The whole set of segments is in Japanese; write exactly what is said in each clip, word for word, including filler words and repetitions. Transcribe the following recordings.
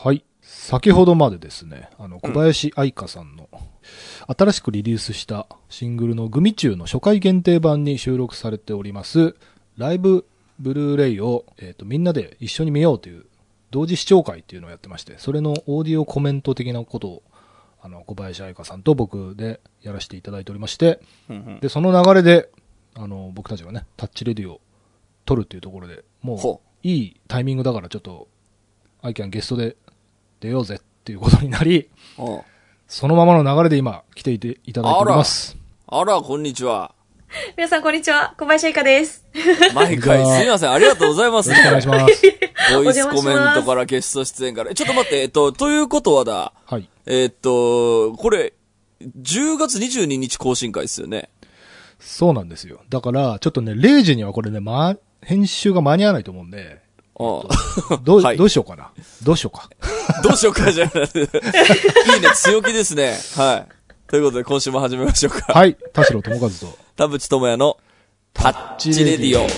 はい。先ほどまでですね、あの、小林愛香さんの、新しくリリースしたシングルのグミチューの初回限定版に収録されております、ライブブルーレイを、えっと、みんなで一緒に見ようという、同時視聴会っていうのをやってまして、それのオーディオコメント的なことを、あの、小林愛香さんと僕でやらせていただいておりまして、うんうん、で、その流れで、あの、僕たちがね、タッチレディを撮るっていうところで、もう、いいタイミングだからちょっと、アイキャンゲストで出ようぜっていうことになり、そのままの流れで今、来ていていただいております。 あら、あらこんにちは。 皆さんこんにちは。小林愛香です。 毎回すいません。ありがとうございます。 よろしくお願いします。 ボイスコメントからゲスト出演から。ちょっと待って、えっと、ということはだ。 はい。 えっと、これ、じゅうがつにじゅうににち更新会ですよね。 そうなんですよ。だから、ちょっとね、れいじにはこれね、ま、編集が間に合わないと思うんで、 ああどう、 はい、 どうしようかな。どうしようか。 どうしようかじゃない。いいね、強気ですね。はい。ということで、今週も始めましょうか。 はい。田代智和と、 田淵智也のタッチレディオ。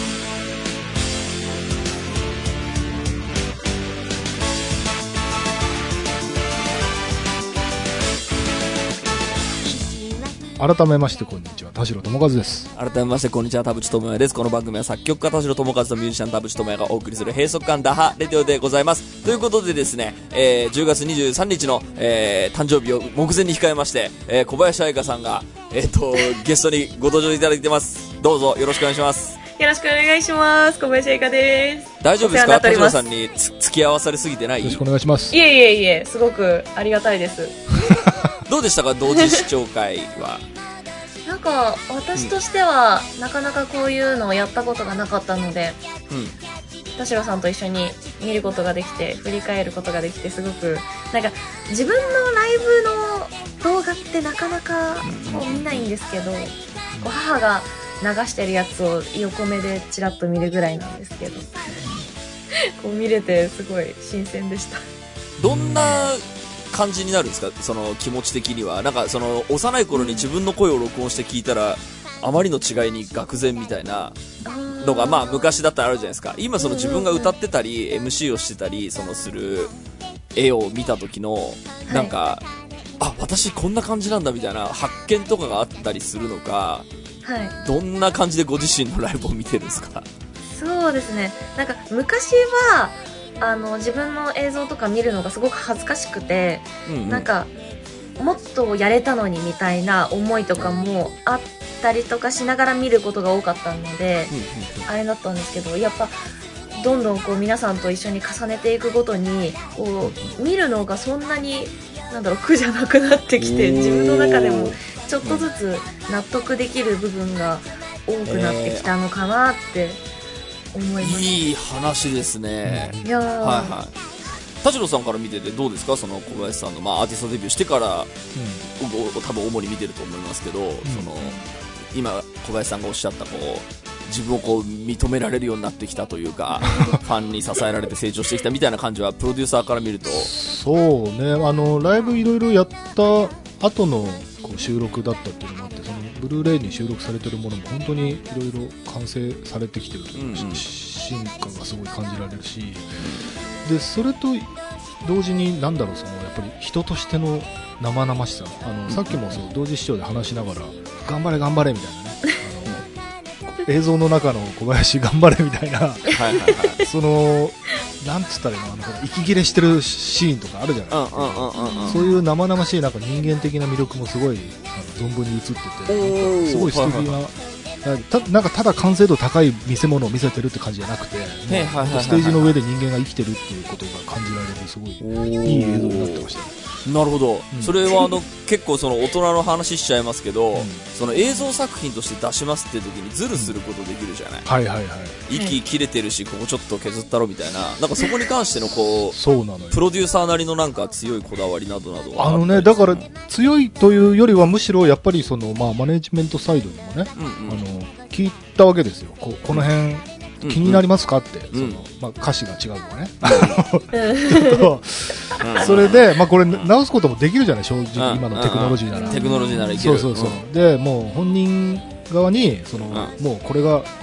改めましてこんにちは、田代智和です。 改めましてこんにちは、田淵智也です。この番組は作曲家田代智和とミュージシャン田淵智也がお送りする閉塞感打破レディオでございます。ということでですね、えー、じゅうがつにじゅうさんにちの、えー、誕生日を目前に控えまして、えー、小林愛香さんが、えーと、ゲストにご登場いただいてます。どうぞよろしくお願いします。 よろしくお願いします。小林愛香です。 大丈夫ですか？田代さんにつ付き合わされすぎてない？ よろしくお願いします。 いえいえいえ、すごくありがたいです。 どうでしたか、同時視聴会は？ なんか私としては、うん、なかなかこういうのをやったことがなかったので、うん、田代さんと一緒に見ることができて、振り返ることができて、すごくなんか自分のライブの動画ってなかなかこう見ないんですけど、こう母が流してるやつを横目でチラッと見るぐらいなんですけどこう見れてすごい新鮮でした。 どんな感じになるんですか、その気持ち的には。なんかその幼い頃に自分の声を録音して聞いたら、あまりの違いに愕然みたいなのがまあ昔だったらあるじゃないですか。今その自分が歌ってたり エムシー をしてたりそのする絵を見た時のなんか、はい、あ、私こんな感じなんだみたいな発見とかがあったりするのか、はい、どんな感じでご自身のライブを見てるんですか？ そうですね、なんか昔はあの自分の映像とか見るのがすごく恥ずかしくて、うんうん、なんかもっとやれたのにみたいな思いとかもあったりとかしながら見ることが多かったので、うんうん、あれだったんですけど、やっぱどんどんこう皆さんと一緒に重ねていくごとにこう見るのがそんなになんだろう苦じゃなくなってきて、自分の中でもちょっとずつ納得できる部分が多くなってきたのかなって思います。 いい話ですね。 いやー、 はいはい。田代さんから見ててどうですか、その小林さんの、まあ、アーティストデビューしてから、うん、多分主に見てると思いますけど、うん、その今小林さんがおっしゃったこう自分をこう認められるようになってきたというかファンに支えられて成長してきたみたいな感じはプロデューサーから見ると。 そうね、あのライブいろいろやった後のこう収録だったっていうのもあって、そのブルーレイに収録されてるものも本当にいろいろ完成されてきてるという、うんうん、進化がすごい感じられるし、でそれと同時に何だろう、そのやっぱり人としての生々しさ、あの、うん、さっきもそう同時視聴で話しながら頑張れ頑張れみたいなねあの映像の中の小林頑張れみたいなはいはい、はい、そのなんつったらいいの、あの息切れしてるシーンとかあるじゃないですか。そういう生々しいなんか人間的な魅力もすごいあの存分に映ってて、すごい素敵な、はいはい、たなんかただ完成度高い見せ物を見せてるって感じじゃなくて、ステージの上で人間が生きてるっていうことが感じられるすごいいい映像になってましたね。 なるほど、うん、それはあの結構その大人の話しちゃいますけど、うん、その映像作品として出しますっていう時にズルすることできるじゃない、うん、 はいはいはい、 息切れてるしここちょっと削ったろみたいな、なんかそこに関してのこうそうなのよ、 プロデューサーなりのなんか強いこだわりなどなどはあのね、だから強いというよりはむしろやっぱりその、まあ、マネジメントサイドにもね、うんうん、あの聞いたわけですよ。こ, この辺気になりますかって、うんうん、そのまあ、歌詞が違うのはね、うん、それで、まあ、これ直すこともできるじゃない、正直、うん、今のテクノロジーなら、 テクノロジーならいける。 そうそうそう、うん、でもう本人側にその、うん、もうこれが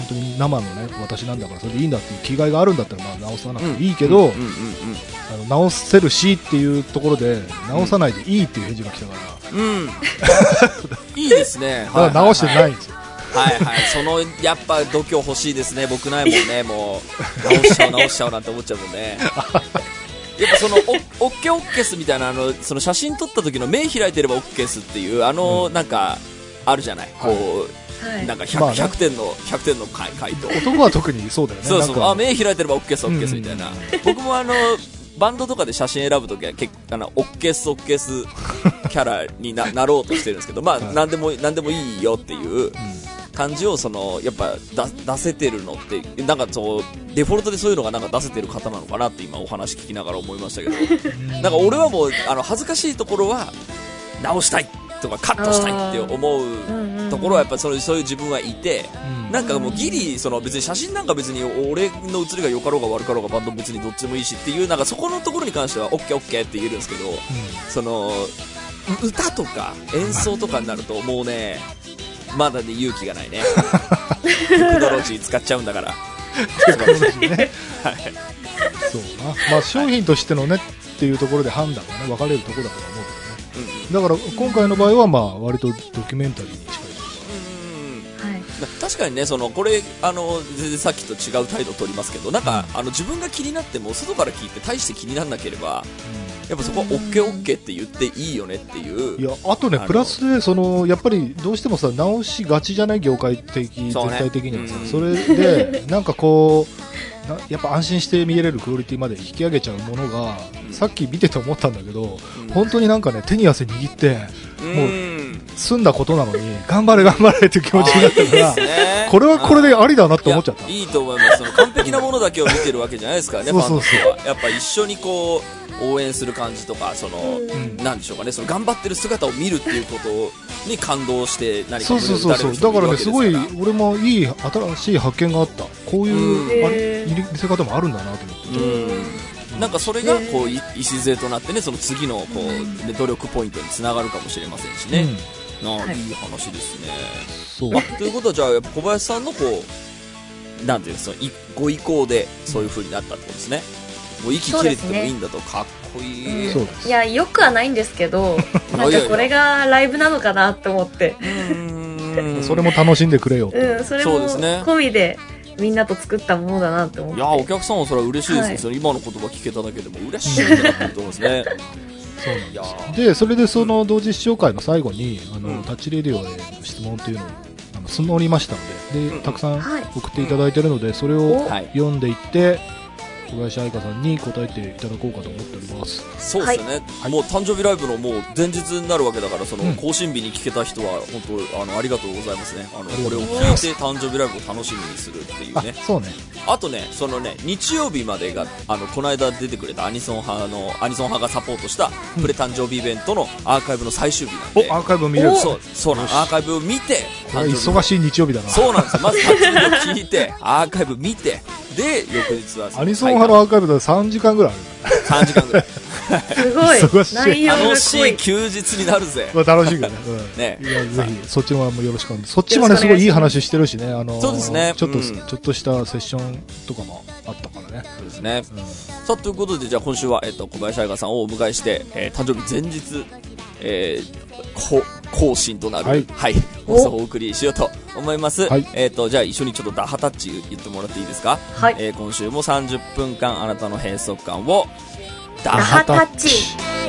本当に生のね私なんだからそれでいいんだっていう気概があるんだったらまあ直さなくていいけど、あの直せるしっていうところで直さないでいいっていう返事が来たから、うん、 いいですね。 だから直してないんですよ。 はいはい、そのやっぱ度胸欲しいですね。僕ないもんね、もう直しちゃう直しちゃうなんて思っちゃうもんね。やっぱそのオッケーオッケースみたいな、あのその写真撮った時の目開いてればオッケースっていうあの、うん、なんかあるじゃない、こう、はい、なんか ひゃく,、まあね、ひゃくてんのひゃくてんの回答。 男は特にそうだよね。 そうそう、あ目開いてればオッケースオッケースみたいな。うん、僕もあのバンドとかで写真選ぶときは結構あのオッケースオッケースキャラに な, なろうとしてるんですけど、まあ何でも何でもいいよっていう感じをそのやっぱ出せてるのってなんかそうデフォルトでそういうのがなんか出せてる方なのかなって今お話聞きながら思いましたけど、なんか俺はもうあの恥ずかしいところは直したいとかカットしたいって思うところはやっぱそういうそういう自分はいて、なんかもうギリその別に写真なんか別に俺の写りが良かろうが悪かろうがバンド別にどっちでもいいしっていうなんかそこのところに関してはオッケーオッケーって言えるんですけど、その歌とか演奏とかになるともうねまだね勇気がないね。テクノロジー使っちゃうんだから。 テクノロジーね。はい。そうな。まあ商品としてのねっていうところで判断がね分かれるところだと思うけどね。うん、だから今回の場合はまあ割とドキュメンタリーに近いというか。うん、はい。確かにねそのこれあの全然さっきと違う態度を取りますけど、なんか、うん、あの自分が気になっても外から聞いて大して気にならなければ。うんやっぱそこは オーケーオーケー って言っていいよねっていう。いやあとねプラスでそのやっぱりどうしてもさ直しがちじゃない業界的、ね、絶対的にはさ、うん、それでなんかこうなやっぱ安心して見れるクオリティまで引き上げちゃうものが、うん、さっき見てて思ったんだけど、うん、本当になんかね手に汗握って、うん、もう済んだことなのに頑張れ頑張れっていう気持ちになったから、ね、これはこれでありだなって思っちゃった。 いいと思います。その完璧なものだけを見てるわけじゃないですからね。ファンの人はやっぱ一緒にこう応援する感じとかその、うん、なんでしょうかね、その頑張ってる姿を見るっていうことに感動して何か胸を打たれる人もいるわけですから。だからねすごい俺もいい新しい発見があった。こういう見せ方もあるんだなと思って、 うん、なんかそれがこう礎となってねその次のこう、ね、努力ポイントにつながるかもしれませんしね、うん、あ、はい、いい話ですね。そうあということはじゃあやっぱ小林さんのこうなんていうのそのご意向でそういう風になったってことですね。もう息切れててもいいんだとかっこいい。 そうですね、うん、いやよくはないんですけどなんかこれがライブなのかなと思ってうーんそれも楽しんでくれよ、 うん、それも込みでみんなと作ったものだなって思って。 いやお客さんはそれは嬉しいですね、はい、その今の言葉聞けただけでも嬉しいってなってると思いますね。 そうなんです。でそれでその同時視聴会の最後にあの、うん、タッチレディオへの質問というのをあの募りましたので、で、うん、たくさん送っていただいているのでそれを読んでいって、小林愛香さんに答えていただこうかと思っております。 そうですね、はい、もう誕生日ライブのもう前日になるわけだからその更新日に聞けた人は本当あのありがとうございますね。あのこれを聞いて誕生日ライブを楽しみにするっていうね。 あ、そうね。 あとねそのね日曜日までがあのこの間出てくれたアニソン派のアニソン派がサポートしたプレ誕生日イベントのアーカイブの最終日なんで、 おアーカイブを見れる。 そうそうなんアーカイブを見て忙しい日曜日だな。 そうなんですよ。まず誕生日を聞いてアーカイブ見てで翌日はアニソン派のアーカイブだとさんじかんぐらいある。 さんじかんぐらいすごい忙しい内容が濃い。 楽しい休日になるぜ。 まあ、楽しいけどね、うん、ねいやぜひそっちもよろしくお願いします。そっちもねすごいいい話してるしね、あのー、 そうですね、 ちょっと、 うん、 ちょっとしたセッションとかもあったからね。 そうですね、うん、さあということでじゃあ今週は、えっと、小林愛香さんをお迎えして、えー、誕生日前日、えー、更新となる、はい、はい、放送をお送りしようと思います、はい、えーと、じゃあ一緒にちょっとダハタッチ言ってもらっていいですか。 はい、 えー、今週もさんじゅっぷんかんあなたの閉塞感をダハタッチ。田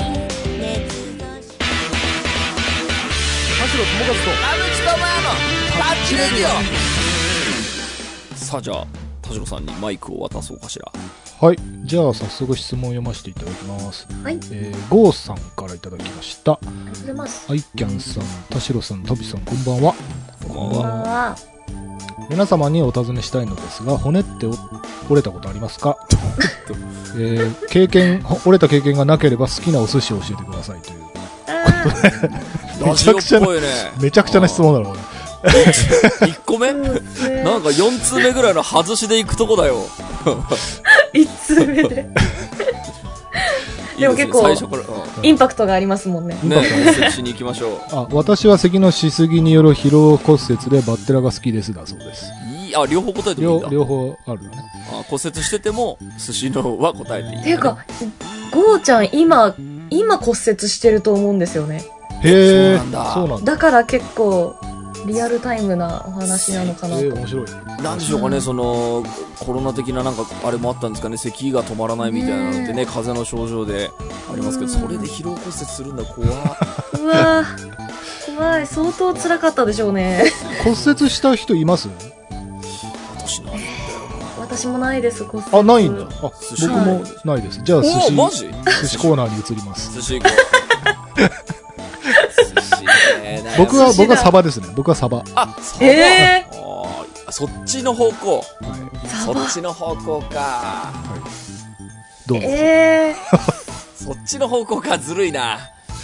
代智和と田口智也のタッチレディオ。さあじゃあ田代さんにマイクを渡そうかしら。 はい、じゃあ早速質問を読ませていただきます。 はい、 えー、ゴーさんからいただきました。 ありがとうございます。 アイキャンさん、田代さん、タビさん、こんばんは。 こんばんは。 皆様にお尋ねしたいのですが、骨って折れたことありますか？えー、経験折れた経験がなければ好きなお寿司を教えてくださいということでめちゃくちゃな、ね、めちゃくちゃな質問だろうね。 いっこめなんかよん通目ぐらいの外しでいくとこだよ。 いち通目ででも結構最初から、うん、インパクトがありますもんね。 ね、しに行きましょう。 あ、私は咳のしすぎによる疲労骨折でバッテラが好きですだそうです。 いあ、両方答えてもいいんだ。 両方あるよね。 あ、骨折してても、寿司のは答えていい、ね。 ていうか、ゴーちゃん今、今骨折してると思うんですよね。 へえ、 そうなんだ。 そうなんだ。 だから結構、リアルタイムなお話なのかなと。 えー、面白い。 なんでしょうかね、その、コロナ的ななんか、あれもあったんですかね、咳が止まらないみたいなのってね、風邪の症状でありますけど、それで疲労骨折するんだ、怖っ。 うわぁ、怖い。相当辛かったでしょうね。 骨折した人います？ 私なんだよ私もないです、骨折。 あ、ないんだ。あ、 寿司僕もないです。じゃあ、寿な。お司、 ー、マジ寿司コーナーに移ります。 寿司行こう。寿司ね。 僕は、 寿司だ僕はサバですね。僕はサバ。 あ、そう。 えあーそっちの方向。 はい。 そサバっちの方向か。 どうぞ。 えそっちの方向か、ずるいな。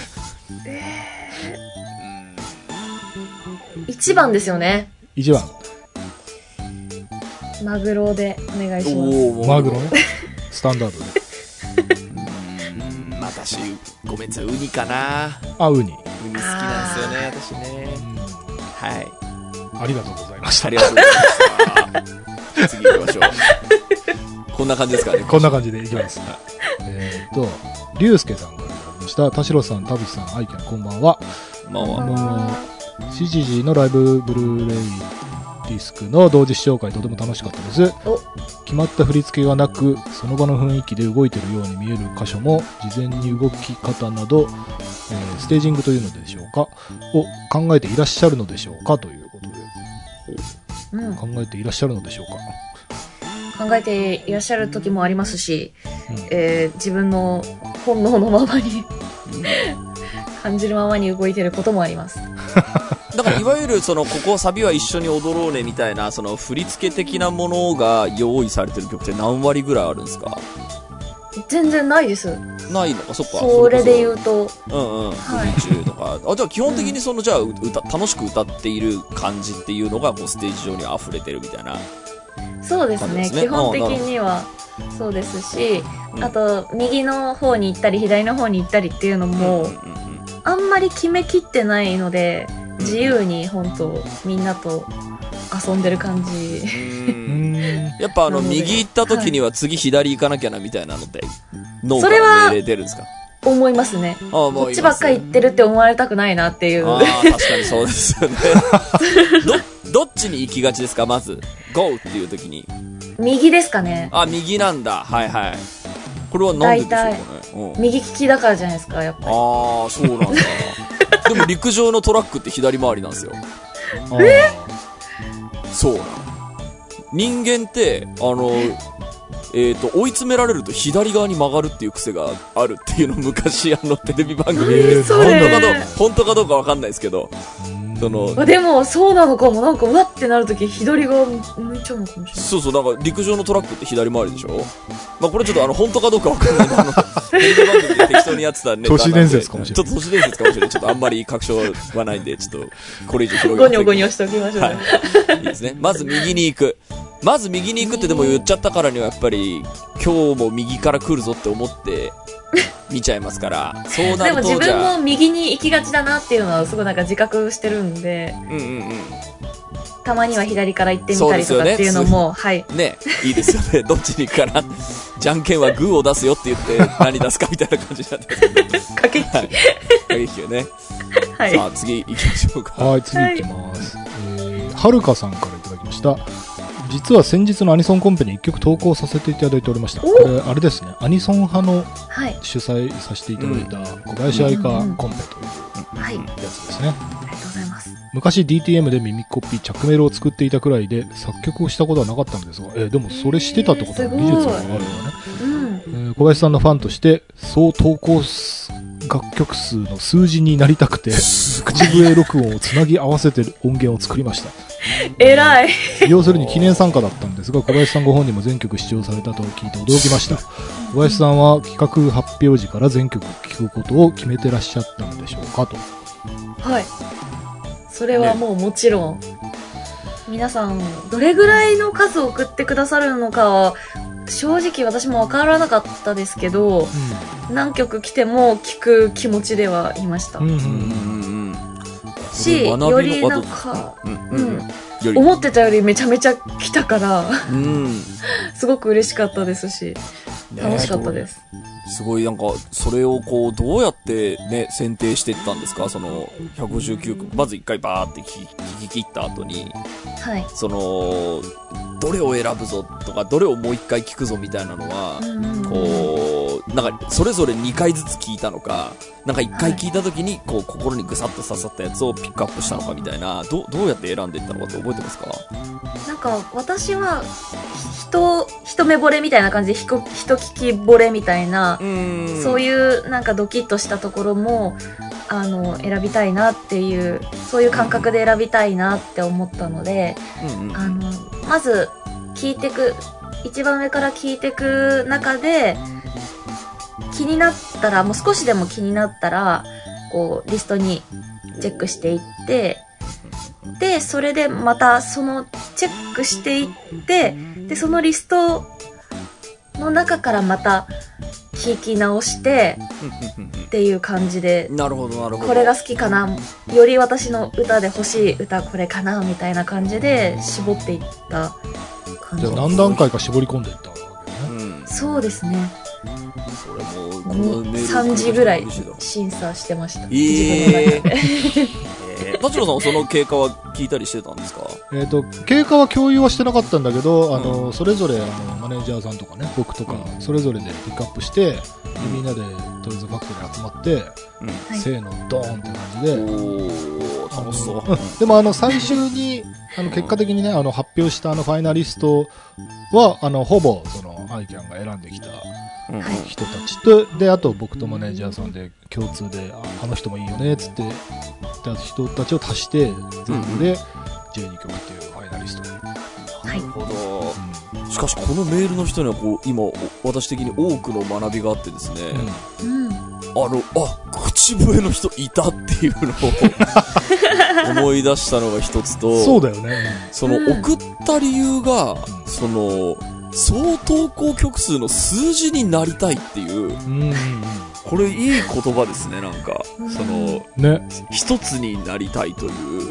ー、一番ですよね。 一番。 マグロでお願いします。 おー、 マグロね。スタンダードで。 うん、私、ごめんなさい、ウニかな。 あ、ウニ。 ウニ好きなんですよね、私ね。はい。 ありがとうございましたあり。がとうございました。次行きましょう。こんな感じですかね。 こんな感じでいきます。えーと、りゅうすけさんからいただきました。田代さん、田淵さん、愛犬、こんばんは。 まあまあ、 こんばんは。 シージージー のライブブルーレイディスクの同時視聴会とても楽しかったです。 お、 決まった振り付けがなく、その場の雰囲気で動いているように見える箇所も、事前に動き方など、えーステージングというのでしょうかを考えていらっしゃるのでしょうかということで、 うん。 考えていらっしゃるのでしょうか。 考えていらっしゃる時もありますし、 うんえー自分の本能のままに感じるままに動いてることもあります。 だからいわゆるそのここサビは一緒に踊ろうねみたいなその振り付け的なものが用意されてる曲って何割ぐらいあるんですか？ 全然ないです。 ないのか。そっか。 それで言う。 うと、 うんうん。 はい振り中とか。あ、じゃあ基本的にそのじゃあ歌楽しく歌っている感じっていうのがこうステージ上に溢れてるみたいな。 そうですね。 そうですね基本的にはそうですし、 うんあと右の方に行ったり左の方に行ったりっていうのも、 うんうんうんあんまり決めきってないので、自由に本当みんなと遊んでる感じ。 ううーん。 ん。 やっぱあのなので右行った時には次左行かなきゃなみたいなのって脳かそれはら命令出るんですか？ 思いますね。 ああ、もうこっちばっかり行ってるって思われたくないなっていう。 ああ、確かにそうですよね。ど、どっちに行きがちですかまず。ゴーっていう時に。 右ですかね。 あ、右なんだ。はいはい。これはなんででしょうかね。うん、 右利きだからじゃないですか、やっぱり。 ああ、そうなんだ。でも陸上のトラックって左回りなんですよ。 えそうなの。人間って、あの、えっ、と、追い詰められると左側に曲がるっていう癖があるっていうのを昔、あの、テレビ番組で、 えーそれ本当かどうか、本当かどうかわかんないですけど、その、 あでも、そうなのかも。なんか、うわってなるとき、左側向いちゃうのかもしれない。 そうそう、なんか陸上のトラックって左回りでしょ。まあこれちょっとあの、本当かどうかわかんないんで、あの、テレビ番組で適当にやってたネタなんで。 都市伝説かもしれないちょっと都市伝説かもしれない。ちょっとあんまり確証はないんで、ちょっと、これ以上広げゴニョゴませんけどニョしておきましょうはね。 い。いいですね。まず右に行く。まず右に行くってでも言っちゃったからにはやっぱり、今日も右から来るぞって思って、見ちゃいますから、そうなでもると、じ自分ゃあ、 も右に行きがちだなっていうのはすごいなんか自覚してるんで、 うんうんうん。 たまには左から行ってみたりそうですよねとかっていうのも、はい。 ね、いいですよね。どっちに行くかな。じゃんけんはグーを出すよって言って、何出すかみたいな感じになってます。 駆け引き。 はい。駆け引きをね。 はい。 さあ、次行きましょうか。 はい、次行きます。えー、はるかさんからいただきました。実は先日のアニソンコンペに一曲投稿させていただいておりました。これ、あれですね、アニソン派のはい。 主催させていただいた小林愛花コンペというはい。ありやつですね。 がとうございます。 昔 ディーティーエム で耳コピー、着メロを作っていたくらいで作曲をしたことはなかったんですが、えーでもそれしてたってことは技術があるんだね。 うん。 えー小林さんのファンとして、総投稿数楽曲数の数字になりたくて、口笛録音をつなぎ合わせて音源を作りました。 偉い。 要するに記念参加だったんですが、小林さんご本人も全曲視聴されたと聞いて驚きました。小林さんは企画発表時から全曲聴くことを決めてらっしゃったのでしょうかと。 はい。それはもうもちろん、皆さん、どれぐらいの数を送ってくださるのかは、正直私もわからなかったですけど、何曲来ても聴く気持ちではいました。 うん。うんうんうんうんうん。 し、よりなんか、うん、うん、思ってたよりめちゃめちゃ来たから、うん、すごく嬉しかったですし、楽しかったです。 すごいなんか、それをこう、どうやってね、選定していったんですか？その、ひゃくごじゅうきゅうく、まず一回バーって聞き切った後に、 はい。 その、どれを選ぶぞとか、どれをもう一回聞くぞみたいなのは、うんうん、こう、なんか、それぞれにかいずつ聞いたのか、なんか一回聞いた時に、こう、心にぐさっと刺さったやつをピックアップしたのかみたいな、ど、どうやって選んでいったのかって覚えてますか？ なんか、私は、人、一目惚れみたいな感じで、ひこ、人聞き惚れみたいな、うそういうなんかドキッとしたところも、あの、選びたいなっていう、そういう感覚で選びたいなって思ったので、うんうん、あの、まず、聞いてく、一番上から聞いてく中で、気になったら、もう少しでも気になったら、こう、リストにチェックしていって、で、それでまたそのチェックしていって、で、そのリストの中からまた聞き直してっていう感じで、 なるほどなるほど。 これが好きかな、より私の歌で欲しい歌これかなみたいな感じで絞っていった感じ。 じゃあ何段階か絞り込んでいったわけね。 うん、そうですね。 それもこのメールさんじぐらい審査してました。 えー、自分の中で。田代さんはその経過は聞いたりしてたんですか？ えっと、経過は共有はしてなかったんだけど、あの、うん、それぞれあのマネージャーさんとかね、僕とか、うん、それぞれでピックアップして、でみんなでトイズファクトリー集まって、うん、せーのドーンって感じで、 おー楽しそう。 でもあの最終にあの結果的にね、あの発表したあのファイナリストはあのほぼそのアイキャンが選んできた人たちと、であと僕とマネージャーさんで共通で あ, あの人もいいよねっつってた人たちを足して全部でじゅうにきょくっていうファイナリスト。 なるほど、うん、しかしこのメールの人にはこう今私的に多くの学びがあってですね、うん、あのあ口笛の人いたっていうのを思い出したのが一つと、 そうだよね。 その送った理由が、うん、その総投稿曲数の数字になりたいっていう、うん、これいい言葉ですね。なんか、うん、その、ね、一つになりたいという、うん、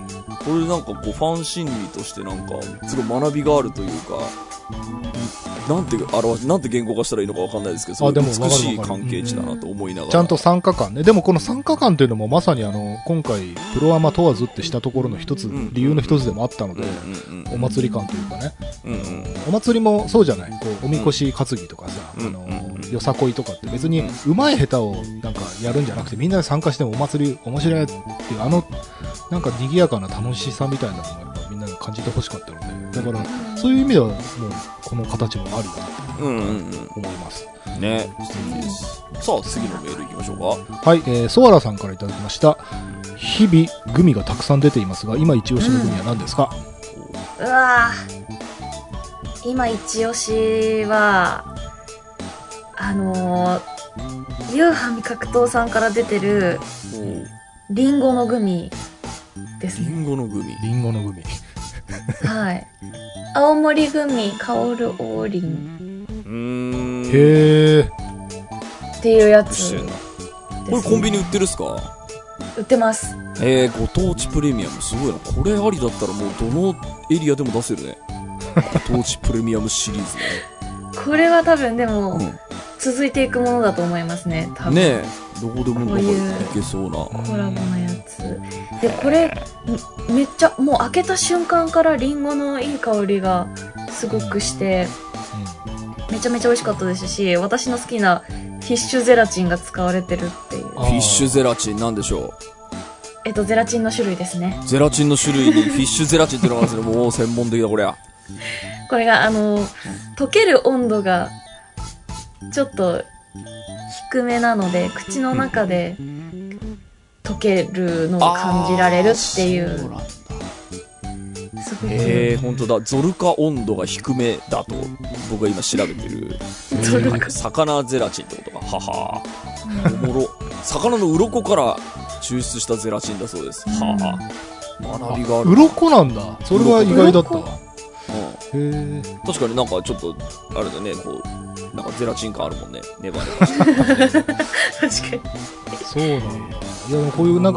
これなんかこうファン心理としてなんかすごい学びがあるというか、なんて表し、なんて言語化したらいいのかわかんないですけど、すごい美しい関係値だなと思いながら、うん、 ちゃんと参加感ね。でもこの参加感というのもまさにあの今回プロアマ問わずってしたところの一つ、うん、理由の一つでもあったので、うんうん、お祭り感というかね、うんうん、お祭りもそうじゃない、こうおみこし担ぎとかさ、うん、あの、うん、よさこいとかって別にうまい下手をなんかやるんじゃなくて、みんなで参加してもお祭り面白いっていうあのなんか賑やかな楽しさみたいなのもやっぱみんなに感じてほしかったので、だからそういう意味ではもうこの形もありだと思います、うんうんうん、 ね、素敵です。さあ次のメールいきましょうか。 はい、えー、ソアラさんからいただきました。日々グミがたくさん出ていますが、今一押しのグミは何ですか？ うん、うわー、今一押しはあのー、夕飯格闘さんから出てるリンゴのグミですね。 リンゴのグミ。 リンゴのグミ。 はい。青森グミ香る王林。 うーん。 へー。 っていうやつ、ね。 これコンビニ売ってるっすか？ 売ってます。 えー、ご当地プレミアムすごいな。これありだったらもうどのエリアでも出せるね。ご当地プレミアムシリーズね。 これは多分でも、うん、続いていくものだと思いますね。多分。ねえ。 どこでもなんかいけそうなコラボのやつで、これめっちゃもう開けた瞬間からリンゴのいい香りがすごくして、うん、めちゃめちゃ美味しかったですし、私の好きなフィッシュゼラチンが使われてるっていう。フィッシュゼラチンなんでしょう？ えっとゼラチンの種類ですね。 ゼラチンの種類にフィッシュゼラチンっていうのがあるんですね。もう専門的だこりゃ。 これがあの溶ける温度がちょっと低めなので、口の中で溶けるのを感じられるっていう。すごく。 へー、ほんとだ。ゾルカ温度が低めだと僕が今調べてる。 ゾルカ。 魚ゼラチンってことか。ははー。おもろ。魚の鱗から抽出したゼラチンだそうです。はあ。学びがある。 鱗なんだ。それは意外だったわ。 うん、へー。確かになんかちょっとあれだね、こう。なんかゼラチン感あるもんね。ネバネバして、ね。 確かに。 そうなんだ。いや、でもこういうなんか、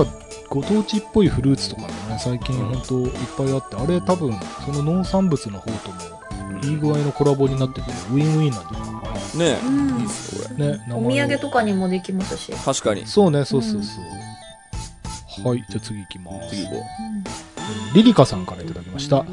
ご当地っぽいフルーツとかもね、最近ほんといっぱいあって、あれ多分、その農産物の方とも、いい具合のコラボになってて、ウィンウィンなんじゃないのかな。 ねえ、 うん、 いいっすよ、これ。 ね、 お土産とかにもできますし。 確かに。 そうね、そうそうそう。うん、はい、じゃあ次行きます。 次行こう。リリカさんからいただきました。はい。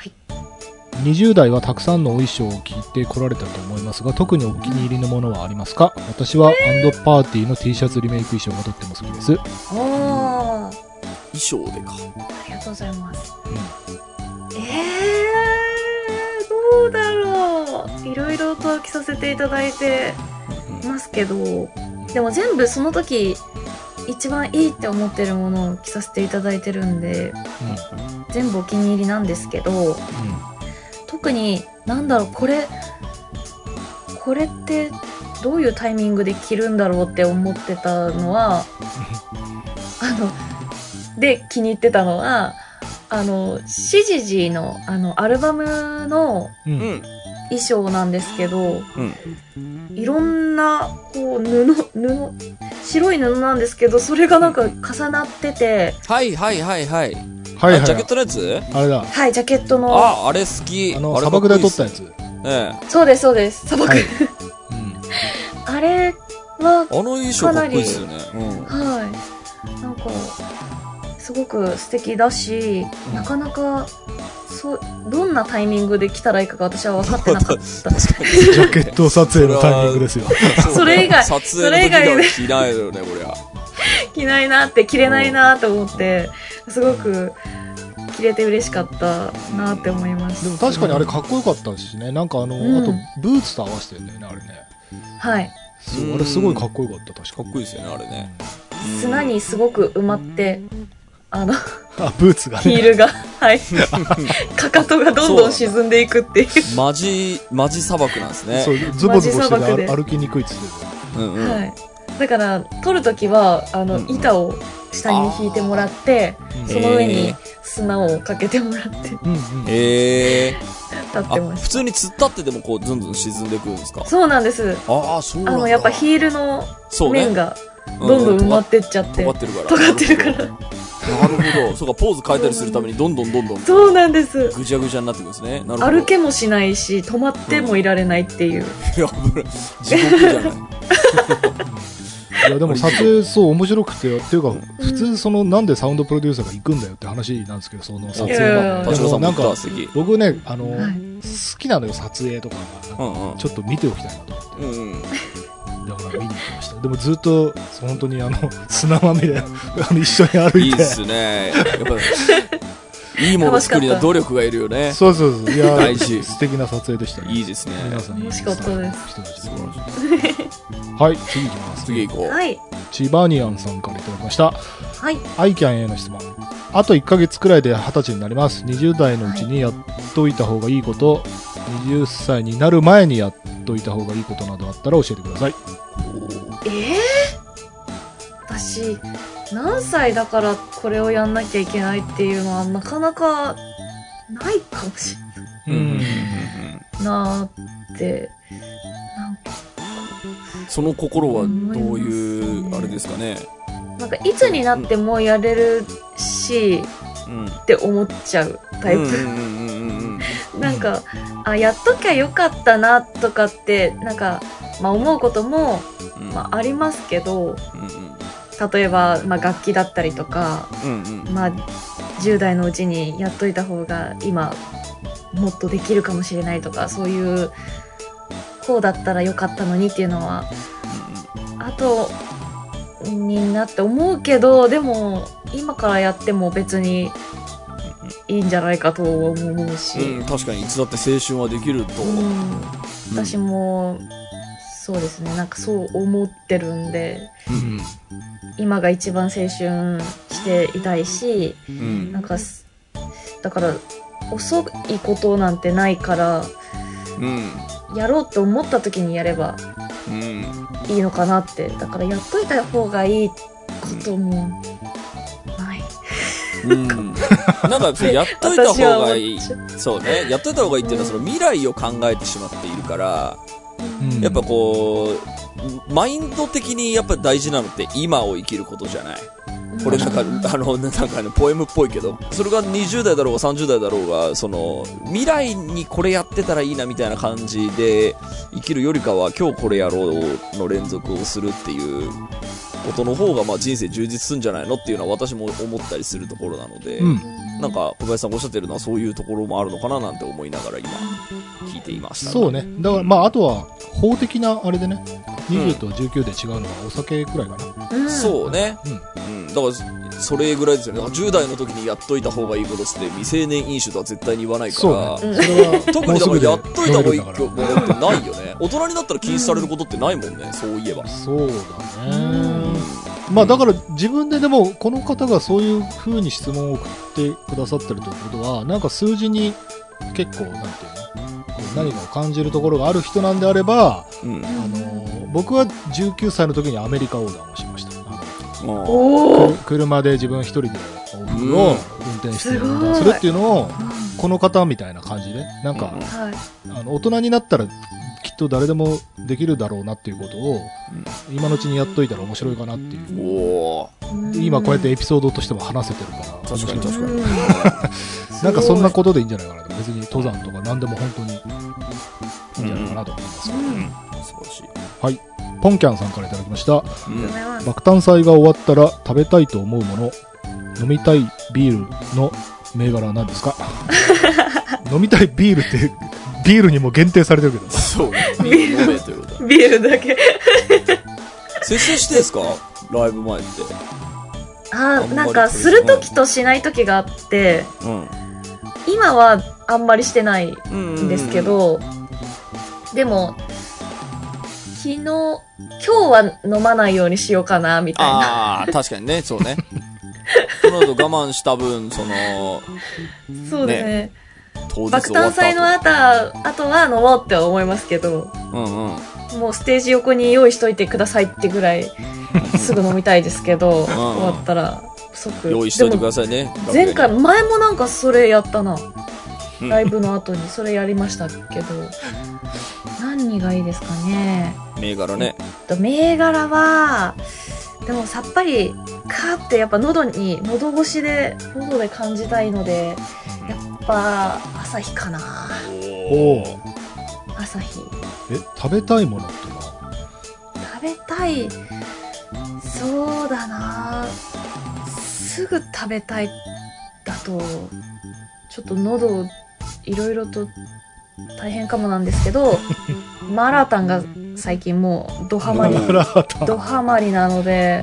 にじゅう代はたくさんのお衣装を着て来られたと思いますが、特にお気に入りのものはありますか？私はアンドパーティーの T シャツリメイク衣装がとっても好きです。 ああ。 衣装でか。 ありがとうございます。 うん、 えー、どうだろう。いろいろと着させていただいてますけど、でも全部その時一番いいって思ってるものを着させていただいてるんで、うん、全部お気に入りなんですけど、うん、特になんだろう、これこれってどういうタイミングで着るんだろうって思ってたのはあので気に入ってたのはあのシジジのあのアルバムの衣装なんですけど、うん、いろんなこう布布白い布なんですけど、それがなんか重なってて、 はいはいはいはい、 はいはい、 ジャケットのやつ？ あれだ。 はい、ジャケットの。 あ、あれ好き。 あの、砂漠で撮ったやつ。 ええ。 そうです、そうです。砂漠。はい、 うん、 あれは、 あの衣装かっこいいですよね。うん、 はい。なんか、すごく素敵だし、うん、なかなか、そう、どんなタイミングで着たらいいかが私は分かってなかった。 ジャケット撮影のタイミングですよ。 それ以外、 撮影の時は着ないよね、こりゃ。 着ないなって、着れないなと思って、すごく着れて嬉しかったなって思います。 でも確かにあれかっこよかったしね、なんかあの、うん、あとブーツと合わせてるんだよね、あれね。 はい。 そう、あれすごいかっこよかった、確かに。 かっこいいですよね、あれね。 砂にすごく埋まって、あの、 あ、ブーツがね。 ヒールが、はい。かかとがどんどん沈んでいくっていう。 マジ、マジ砂漠なんですね。 そう、ズボズボして歩きにくいっつってた。うんうん。 はい。だから、撮るときは、あの、うん、板を下に引いてもらって、その上に砂をかけてもらって、 うんうん、 えー、 立ってました。 普通に突っ立ってでもこう、ずんずん沈んでいくんですか？ そうなんです。 ああ、そうなんだ。 あの、やっぱヒールの面が、どんどん埋まってっちゃって。 尖ってるから。 尖ってるから。 なるほど。そうか、ポーズ変えたりするためにどんどんどんどん。 そうなんです。 ぐちゃぐちゃになってくるんですね。なるほど。 歩けもしないし、止まってもいられないっていう。 いや、危ない。地獄じゃない。 いやでも撮影そう面白くて、っていうか普通そのなんでサウンドプロデューサーが行くんだよって話なんですけど、その撮影は。 でもなんか僕ね、あの好きなのよ、撮影とかがちょっと見ておきたいなと思って。だから見に行きました。でもずっと本当にあの砂まみれ一緒に歩いて。 いいですね。やっぱいいもの作りの努力がいるよね。 そうそうそう。いや大事。 素敵な撮影でしたね。 いいですね。 皆さん楽しかったです。 はい、次行きます。 次行こう。 はい。 チバニアンさんからいただきました。 はい。 アイキャンへの質問。あといっかげつくらいではたちになります。にじゅう代のうちにやっといた方がいいこと、はい、はたちになる前にやっといた方がいいことなどあったら教えてください。 えー、私何歳だからこれをやんなきゃいけないっていうのはなかなかないかもしれない、うん、なーってなんかその心はどういうあれですかね。 なんかいつになってもやれるし、うん、って思っちゃうタイプ。なんかあやっときゃよかったなとかってなんか、まあ、思うことも、うんまあ、ありますけど、うんうん、例えば、まあ、楽器だったりとか、うんうんまあ、じゅう代のうちにやっといた方が今もっとできるかもしれないとか、そういうこうだったらよかったのにっていうのは、うんうん、あとになって思うけど、でも今からやっても別にいいんじゃないかと思うし、 うん、確かにいつだって青春はできると、うん、 私もそうですね、なんかそう思ってるんで、うん、今が一番青春していたいし、うん、なんかだから遅いことなんてないから、うん、やろうと思った時にやればいいのかなって。だからやっといた方がいいこともない、 うん、なんかやっといた方がいいそうね、やっといた方がいいっていうのはその未来を考えてしまっているから、うん、やっぱこうマインド的にやっぱ大事なのって今を生きることじゃない、 これなんか、あの、なんかね、ポエムっぽいけど、それがにじゅう代だろうがさんじゅう代だろうが、その、未来にこれやってたらいいなみたいな感じで生きるよりかは、今日これやろうの連続をするっていうことの方が、まあ人生充実するんじゃないのっていうのは私も思ったりするところなので、うん、なんか小林さんがおっしゃってるのはそういうところもあるのかななんて思いながら今聞いていました、ね、 そうね。だからまああとは法的なあれでね、にじゅうとじゅうきゅうで違うのはお酒くらいかな、 うん、そうね、うん、うん、だからそれぐらいですよね。じゅう代の時にやっといた方がいいことって未成年飲酒とは絶対に言わないから、 そうね、それは特にだからやっといた方がいいことってないよね。大人になったら禁止されることってないもんね、そういえば。 そうだね。まあだから自分ででもこの方がそういう風に質問を送ってくださってるということは、なんか数字に結構なんていうの、何かを感じるところがある人なんであれば、うん、あの僕はじゅうきゅうさいの時にアメリカ横断をしました。あのお車で自分一人で往復を運転して横断するっていうのをこの方みたいな感じでなんか、うん、あの大人になったらきっと誰でもできるだろうなっていうことを、うん、今のうちにやっといたら面白いかなっていう。お今こうやってエピソードとしても話せてるから確かに確かになんかそんなことでいいんじゃないかなと。別に登山とか何でも本当にいいんじゃないかなと思いますけど、うんうん、素晴らしい。はい、ポンキャンさんからいただきました、うん、爆誕祭が終わったら食べたいと思うもの、飲みたいビールの銘柄は何ですか飲みたいビールってビールにも限定されてるけどそうね、ビール飲めということビールだけ節制してんすかライブ前って。 あー、なんかするときとしないときがあって、うん、今はあんまりしてないんですけど、でも昨日今日は飲まないようにしようかなみたいな。 ああ確かにね、そうねその後我慢した分そのそうですね、ね、爆誕祭のあと、あとは飲もうって思いますけど、うんうん、もうステージ横に用意しといてくださいってぐらいすぐ飲みたいですけどうん、うん、終わったら即用意しといてくださいね。 前回前もなんかそれやったな、うん、ライブの後にそれやりましたけど何がいいですかね。 銘柄ね、 銘柄はでもさっぱりカーってやっぱ喉に喉越しで喉で感じたいのでやっぱ朝日かな。おお、朝日。 え、食べたいものってのは食べたい、そうだな、すぐ食べたいだとちょっと喉いろいろと大変かもなんですけどマーラータンが最近もうドハマりドハマりなので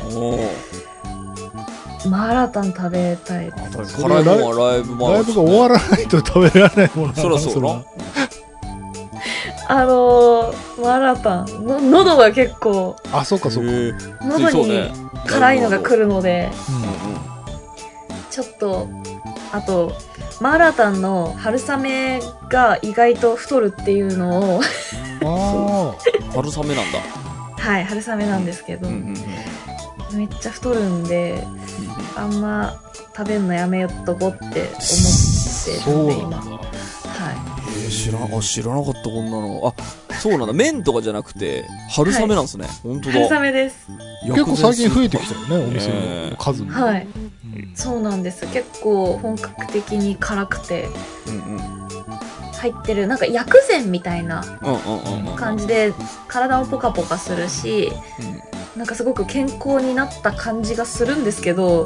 マーラータン食べたい。 辛いもんはライブもライブが終わらないと食べられないものなの。 そらそうなあのー、マーラータンの喉が結構あ、そうかそうか、 喉に辛いのが来るので、ちょっとあとマーラータンの春雨が意外と太るっていうのをあ春雨なんだ。 はい、春雨なんですけど、うんうんうん、めっちゃ太るんで、うん、あんま食べるのやめよっとこって思ってるんで今。はい。 えー、知らあ知らなかったこんなの。あ、そうなんだ。麺とかじゃなくて春雨なんですね。はい、本当だ。 春雨です。 結構最近増えてきたよね、お店の数も。 はい。うん、そうなんです。結構本格的に辛くて、うんうん、入ってるなんか薬膳みたいな感じで体もポカポカするし、うん、なんかすごく健康になった感じがするんですけど、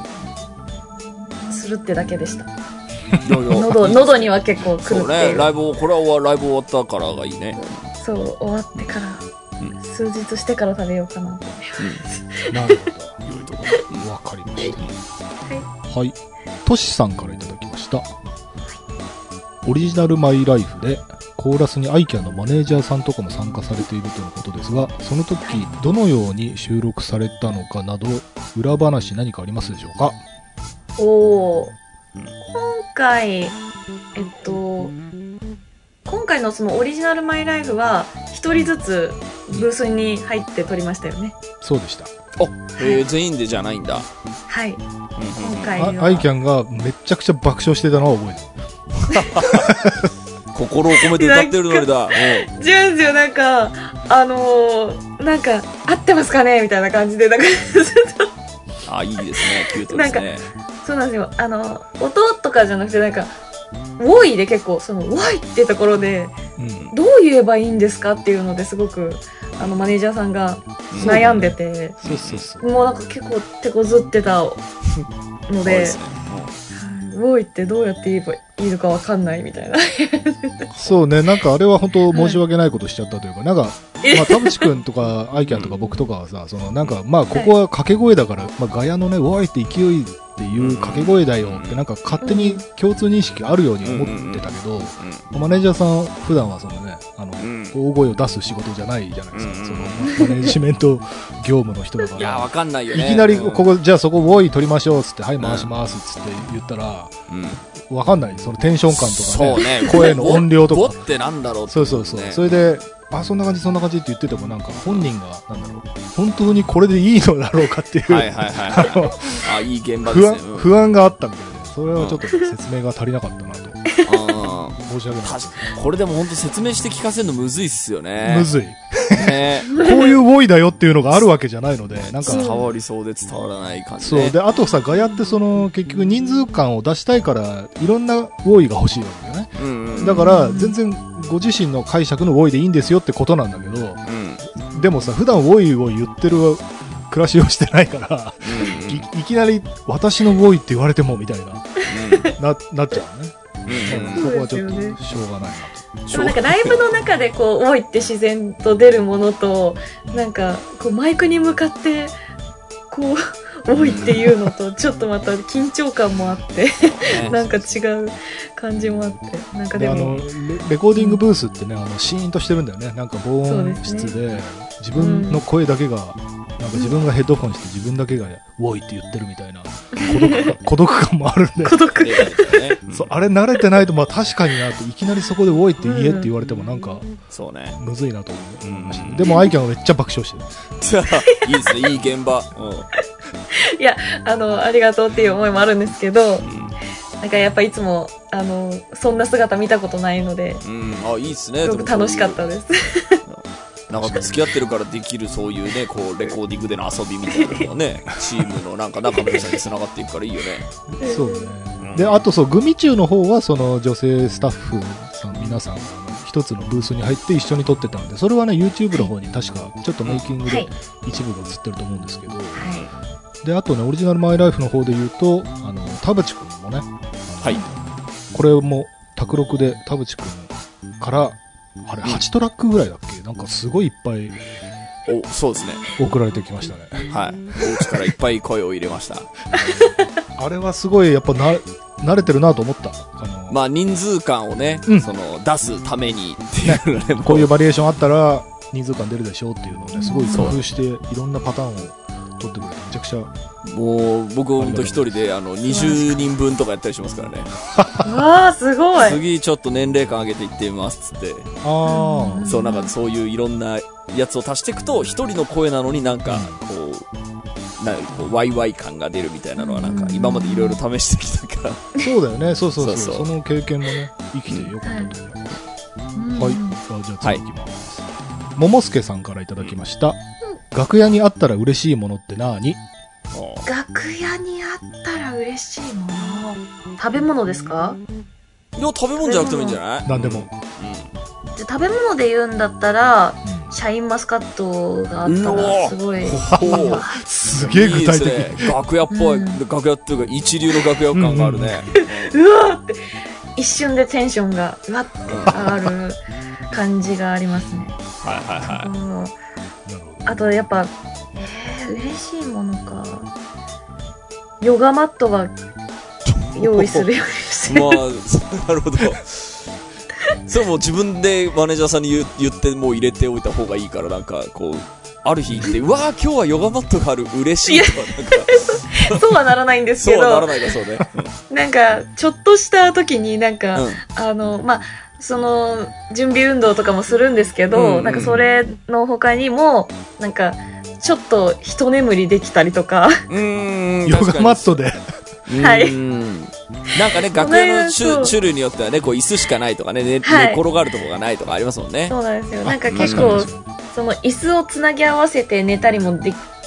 するってだけでした。喉喉には結構くるっていう。そうね、 ライブこれはライブ終わったからがいいね。 そう、終わってから、うん、数日してから食べようかなと思います。 うん、なるほど。良いところ。わかりました。はい。はい。トシさんからいただきました。はい、オリジナルマイライフでコーラスにアイキャンのマネージャーさんとかも参加されているとのことですが、その時どのように収録されたのかなど裏話何かありますでしょうか。 おー、今回えっと今回のそのオリジナルマイライフは一人ずつブースに入って撮りましたよね。 そうでした。あ、 えー、全員でじゃないんだ。 はい、うん、今回はアイキャンがめちゃくちゃ爆笑してたのは覚えてる心を込めて歌ってるのにだ。 違うんですよ、なんかあのー、なんか合ってますかねみたいな感じでなんかあ、いいですね。キュートですね。 そうなんですよ。あの、音とかじゃなくて、なんか、ウォイで結構、その、ウォイってところで、うん、どう言えばいいんですかっていうのですごく、あの、マネージャーさんが悩んでて、 そうそうそう。 もうなんか結構手こずってたので、ウォイってどうやって言えばいいのかわかんないみたいな。 そうね、なんかあれは本当申し訳ないことしちゃったというか、はい、なんか、まあ、田淵くんとか、アイキャンとか僕とかはさ、そのなんか、まあ、ここは掛け声だから、まあ、ガヤのね、ウォイって勢いっていう掛け声だよって、なんか勝手に共通認識あるように思ってたけど、マネージャーさん、普段はそのね、あの、大声を出す仕事じゃないじゃないですか、その、マネージメント業務の人だから。 いや、わかんないよね。 いきなり、ここ、じゃあそこ、ウォイ取りましょうっつって、はい、回しますっつって言ったら、わかんない。そのテンション感とかね、ね声の音量とか。 ボってなんだろうって、ね。 そうそうそう。それで、あ、そんな感じ、そんな感じって言ってても、なんか本人が、なんだろう、本当にこれでいいのだろうかっていう。 はいはいはい、はい。あ、いい現場ですね。 不安、不安があったみたいで、それはちょっと説明が足りなかったなと。あ申し訳ない。 これでも本当説明して聞かせるのむずいっすよね。 むずい。ね、こういうウォイだよっていうのがあるわけじゃないので、なんか。 伝わりそうで伝わらない感じ、 ね。そう。で、あとさ、ガヤってその、結局人数感を出したいから、いろんなウォイが欲しいわけだよね。うんうん、だから、全然、ご自身の解釈のウォイでいいんですよってことなんだけど、うん、でもさ、普段ウォイを言ってる暮らしをしてないから、うんうん、い, いきなり私のウォイって言われてもみたいな、うん、な, なっちゃうね。うん、そこはちょっとしょうがないなと。 でもなんかライブの中でこう、ウォイって自然と出るものと、なんかこうマイクに向かって、こう、ウォイっていうのと、ちょっとまた緊張感もあって、なんか違う感じもあって、なんかでも。 であのレ、レコーディングブースってね、あの、シーンとしてるんだよね。なんか防音室で、ね、自分の声だけが、なんか自分がヘッドホンして自分だけがウォイって言ってるみたいな孤独感、孤独感もあるんで。 孤独そう、あれ慣れてないと、まあ確かになって、いきなりそこでウォイって言えって言われてもなんか、 そうね。 むずいなと思いました。でもアイキャンはめっちゃ爆笑してる。 いいですね、いい現場。うん、 いや、あの、ありがとうっていう思いもあるんですけど、うん、なんかやっぱいつも、あの、そんな姿見たことないので、 うん、あ、いいですね。 すごく楽しかったです。 なんか付き合ってるからできるそういうね、こう、レコーディングでの遊びみたいなのがね、チームのなんか仲の良さに繋がっていくからいいよね。 そうね。うん、で、あとそう、グミチューの方は、その女性スタッフさん、皆さん、あの、一つのブースに入って一緒に撮ってたんで、それはね、YouTube の方に確か、ちょっとメイキングで一部が映ってると思うんですけど、はい、で、あとね、オリジナルマイライフの方で言うと、あの、田淵くんもね、 はい。 これも、卓録で田淵くんから、あれ、はちトラックぐらいだっけ、なんかすごいいっぱい。 お、そうですね。 送られてきましたね。 はい。お家からいっぱい声を入れました。 あれはすごい、やっぱな、慣れてるなと思った。あのまあ、人数感をね、うん、その、出すためにっていうのね、 こういうバリエーションあったら、人数感出るでしょうっていうのをね、すごい工夫して、いろんなパターンを取ってくれて、めちゃくちゃ。 もう、僕ほんと一人で、あの、にじゅうにんぶんとかやったりしますからね。 わあ、すごい。 次ちょっと年齢感上げていってみます、つって。ああ。そう、なんかそういういろんなやつを足していくと、一人の声なのになんか、こう、なんかこう、ワイワイ感が出るみたいなのはなんか、今までいろいろ試してきたから。 そうだよね、そうそうそう。そうそう、その経験もね、生きてよかったと思います。はい。じゃあ次行きます。ももすけさんからいただきました。楽屋にあったら嬉しいものって何？ 楽屋にあったら嬉しいもの。食べ物ですか？ いや、食べ物じゃなくてもいいんじゃない？ 何でも。うん。 じゃ食べ物で言うんだったら、うん、シャインマスカットがあったらすごい。 すげえ具体的。いいですね、楽屋っぽい、うん、楽屋っていうか一流の楽屋感があるね。 うんうん、うわーって一瞬でテンションがうわって上がる感じがありますね。 はいはいはい。 あとやっぱ、えー、嬉しいものか。ヨガマットは用意するようにしてまあ、なるほど。それも自分でマネージャーさんに 言, 言ってもう入れておいた方がいいから、なんかこう、ある日行って、うわー今日はヨガマットがある、嬉しいとか、なんか。 そうはならないんですけど。 そうはならないか、そうね。 うん、なんか、ちょっとした時になんか、うん、あの、まあ、その、準備運動とかもするんですけど、うんうん、なんかそれの他にも、なんか、ちょっと一眠りできたりとか。 うーん。 ヨガマットで。 はい。 なんかね、楽屋の種, 種類によってはね、こう椅子しかないとかね、寝、はい、寝転がるとこがないとかありますもんね。 そうなんですよ。なんか結構、その椅子をつなぎ合わせて寝たりもで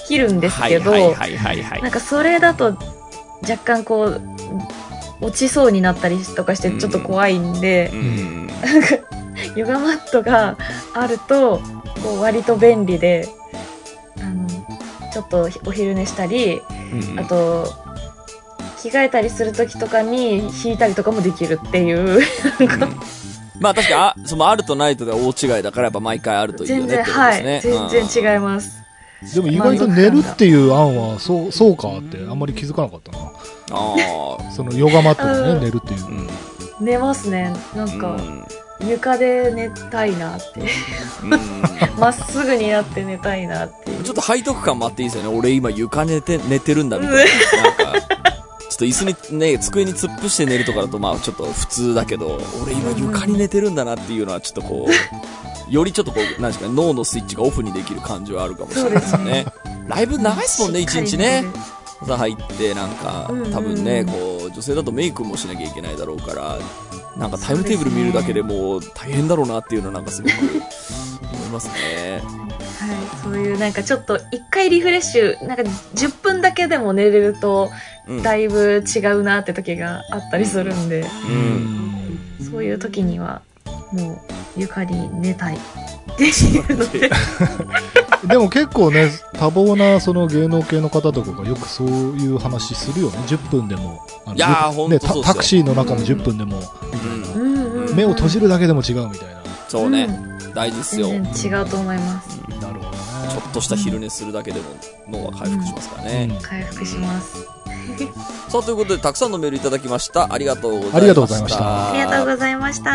きるんですけど、 はいはいはいはいはい。 なんかそれだと若干こう落ちそうになったりとかしてちょっと怖いんで、 うんうん、 なんかヨガマットがあるとこう割と便利で、あのちょっとお昼寝したり、うんうん、あと着替えたりする時とかに引いたりとかもできるっていう、うん、 まあ確かにあそのあるとないとで大違いだからやっぱ毎回あるといいよねってことですね。 全然、はい、全然違います。 でも意外と寝るっていう案はそうそうかってあんまり気づかなかったな。あそのヨガマットでね寝るっていう、うん、 寝ますね。なんか、うん、床で寝たいなってま、うん、っすぐになって寝たいなっていう。 ちょっと背徳感もあっていいですよね。俺今床寝て寝てるんだみたいな。なんかちょっと椅子にね机に突っ伏して寝るとかだとまあちょっと普通だけど、俺今床に寝てるんだなっていうのはちょっとこうよりちょっとこうなんですかね、脳のスイッチがオフにできる感じはあるかもしれないですね。ライブ長いですもんね、一日ね。朝入ってなんか多分ねこう女性だとメイクもしなきゃいけないだろうから、なんかタイムテーブル見るだけでも大変だろうなっていうのはなんかすごく思いますね。 はい、そういうなんかちょっと一回リフレッシュなんかじゅっぷんだけでも寝れるとだいぶ違うなって時があったりするんで、うん、そういう時にはもう床に寝たいっていうのででも結構ね多忙なその芸能系の方とかがよくそういう話するよね。じゅっぷんでもあのいやーほんとそうですよ。 タクシーの中のじゅっぷんでもみたいな、うんうん、目を閉じるだけでも違うみたいな。 そうね、うん、大事ですよ。 全然違うと思います、 うん、なるほどね。 ちょっとした昼寝するだけでも脳は回復しますからね、 うんうん、回復しますさあということでたくさんのメールいただきました。ありがとうございました。 ありがとうございました。 ありがとうございました。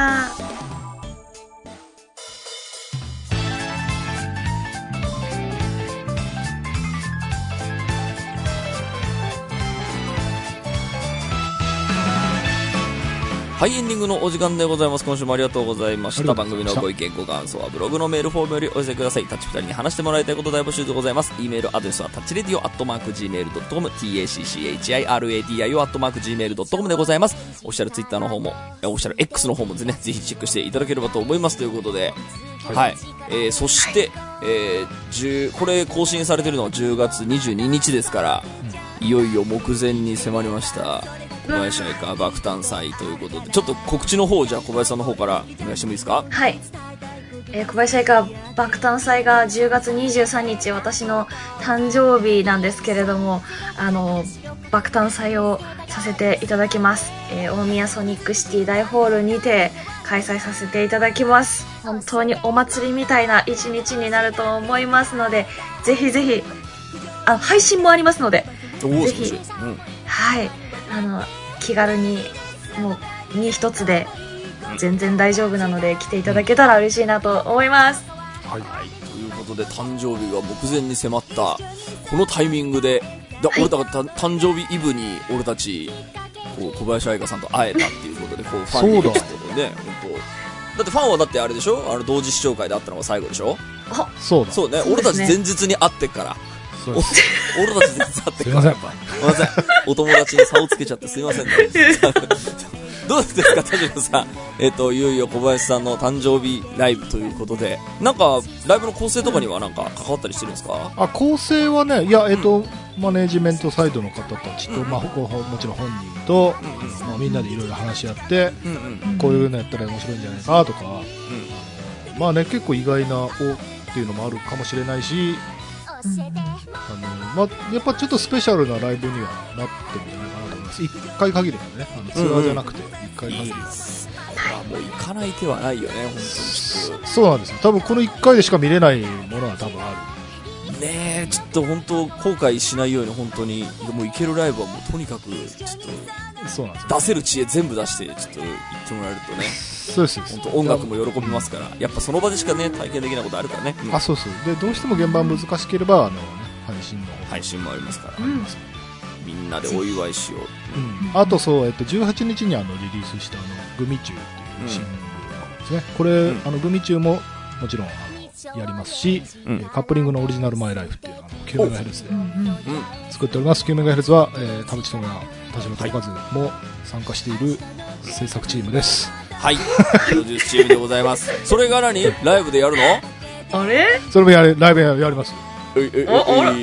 はい、エンディングのお時間でございます。今週もありがとうございました。番組のご意見ご感想はブログのメールフォームよりお寄せください。タッチふたりに話してもらいたいこと大募集でございます。 E メールアドレスはタッチレディオアットマーク ジーメールドットコム タッチレディオアットマーク ジーメールドットコム でございます。オフィシャルツイッターの方もオフィシャル X の方もですねぜひチェックしていただければと思いますということで、はい、はい、えー、そして、えー、じゅうこれ更新されているのはじゅうがつにじゅうににちですから、うん、いよいよ目前に迫りました小林愛花爆誕祭ということで、ちょっと告知の方じゃあ小林さんの方からお願いしてもいいですか。 はい、えー、小林愛花爆誕祭がじゅうがつにじゅうさんにち私の誕生日なんですけれども、あの爆誕祭をさせていただきます、えー、大宮ソニックシティ大ホールにて開催させていただきます。本当にお祭りみたいな一日になると思いますので、ぜひぜひあ配信もありますのでぜひ、うん、はいあの気軽にもう身一つで全然大丈夫なので来ていただけたら嬉しいなと思います。 はい、はい、ということで誕生日が目前に迫ったこのタイミングでだ、はい、俺だから誕生日イブに俺たちこう小林愛花さんと会えたっていうことでこうファンに来てるね。本当だってファンはだってあれでしょ、あの同時視聴会で会ったのが最後でしょ。 あそうだそうね、俺たち前日に会ってっから俺たち前日会ってっからすいませんやっぱすいませんお友達に差をつけちゃってすいませんねどうですか田代さん、えっといよいよ小林さんの誕生日ライブということで、なんかライブの構成とかにはなんか関わったりしてるんですか。 あ構成はねいやえっと、うん、マネージメントサイドの方たちと、うんまあ、もちろん本人と、うんうんまあ、みんなでいろいろ話し合って、うんうん、こういうのやったら面白いんじゃないかとか、うん、まあね結構意外なおっていうのもあるかもしれないし、うんあのまあ、やっぱちょっとスペシャルなライブにはなってるんじゃないかなと思います。いっかい限りだね、あのツアーじゃなくていっかい限りは、うんうん、これはもう行かない手はないよね本当に。ちょっとそうなんですよ。多分このいっかいでしか見れないものは多分あるねえ。ちょっと本当後悔しないように本当にもう行けるライブはもうとにかくちょっとそうなんですよ出せる知恵全部出してちょっと行ってもらえるとね。 そうです本当音楽も喜びますから、やっぱその場でしかね体験できないことあるからね、うん、 あそうそうでどうしても現場難しければあの、ね、配信の配信もありますから、うん、みんなでお祝いしよう、 うん、あとそう、えっと、じゅうはちにちにあのリリースしたあのグミチューっていうシングルなんですね、うん、これ、うん、あのグミチューももちろんあのやりますし、うん、カップリングのオリジナルマイライフっていうあのきゅうメガヘルツで作っております。きゅうメガヘルツは、えー、田淵智也田代智和も参加している制作チームです。 はいプロデュースチームでございますそれが何ライブでやるの。 あれそれもやれライブやります。 えええ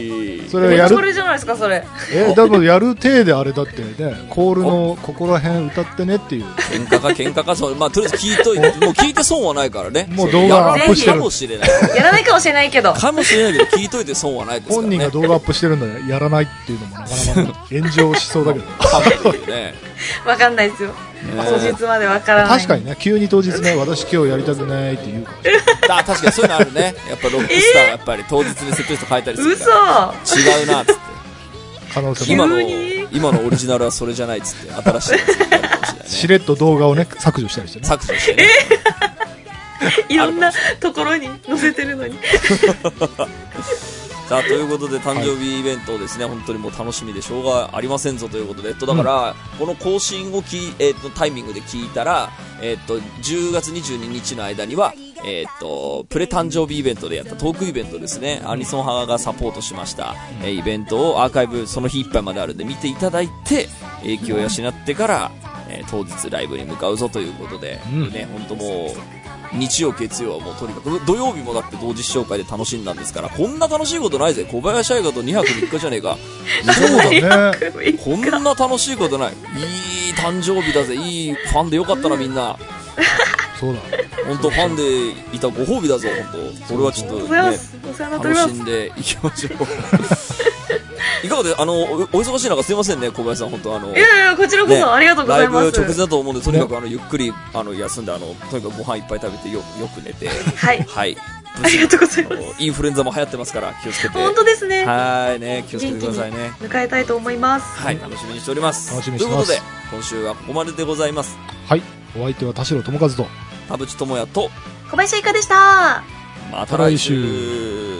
それをやる。 これじゃないですか、それ。 え、だからやる体であれだってね、コールのここら辺歌ってねっていう。 喧嘩か喧嘩か、そう、まあ、とりあえず聞いといて、もう聞いて損はないからね。 もう動画アップしてる。 かもしれない。 やらないかもしれないけど。 かもしれないけど、聞いといて損はないですからね。 本人が動画アップしてるんだよ。やらないっていうのもなかなか炎上しそうだけど。 ね、 わかんないですよ。当日までわからない。 確かにね、急に当日ね、私今日やりたくないって言うかもしれない。 あ、確かにそういうのあるね。やっぱロックスターはやっぱり当日でセットリスト変えたりするから。 嘘違うなっつって。 可能性も今の、今のオリジナルはそれじゃないっつって、新しいやつやるかもしれないね。 しれっと動画をね、削除したりしてね。 削除してね。 いろんなところに載せてるのに。 さあ、ということで誕生日イベントをですね、はい、本当にもう楽しみでしょうがありませんぞということで、えっと、だから、うん、この更新をき、えっと、タイミングで聞いたら、えっと、じゅうがつにじゅうににちの間には、えっと、プレ誕生日イベントでやったトークイベントですね、アニソン派がサポートしました、うん、えイベントをアーカイブその日いっぱいまであるんで見ていただいて、影響を養ってから、えー、当日ライブに向かうぞということで、うん、ね、本当もう、日曜月曜はもうとにかく土曜日もだって同時視聴会で楽しんだんですから、こんな楽しいことないぜ。小林愛花とにはくみっかじゃねえか。 そうだね。 こんな楽しいことない。いい誕生日だぜ。いいファンでよかったな、みんな。 そうだ。 本当ファンでいたご褒美だぞ、本当。これはちょっとね、楽しんでいきましょう。いかがで、あの、お忙しい中すいませんね、小林さん、本当あの。 いやいや、こちらこそ、ね、ありがとうございます。 ライブ直前だと思うんで、とにかくあの、ゆっくり、あの、休んで、あの、とにかくご飯いっぱい食べて、よ、よく寝て。 はい。 はい。 ありがとうございます。 インフルエンザも流行ってますから、気をつけて。 本当ですね。 はいね、気をつけてくださいね。 迎えたいと思います。 はい、楽しみにしております。 楽しみにしてます。 ということで、今週はここまででございます。 はい。お相手は田代智和と、 田淵智也と、 小林愛花でした。 また来週。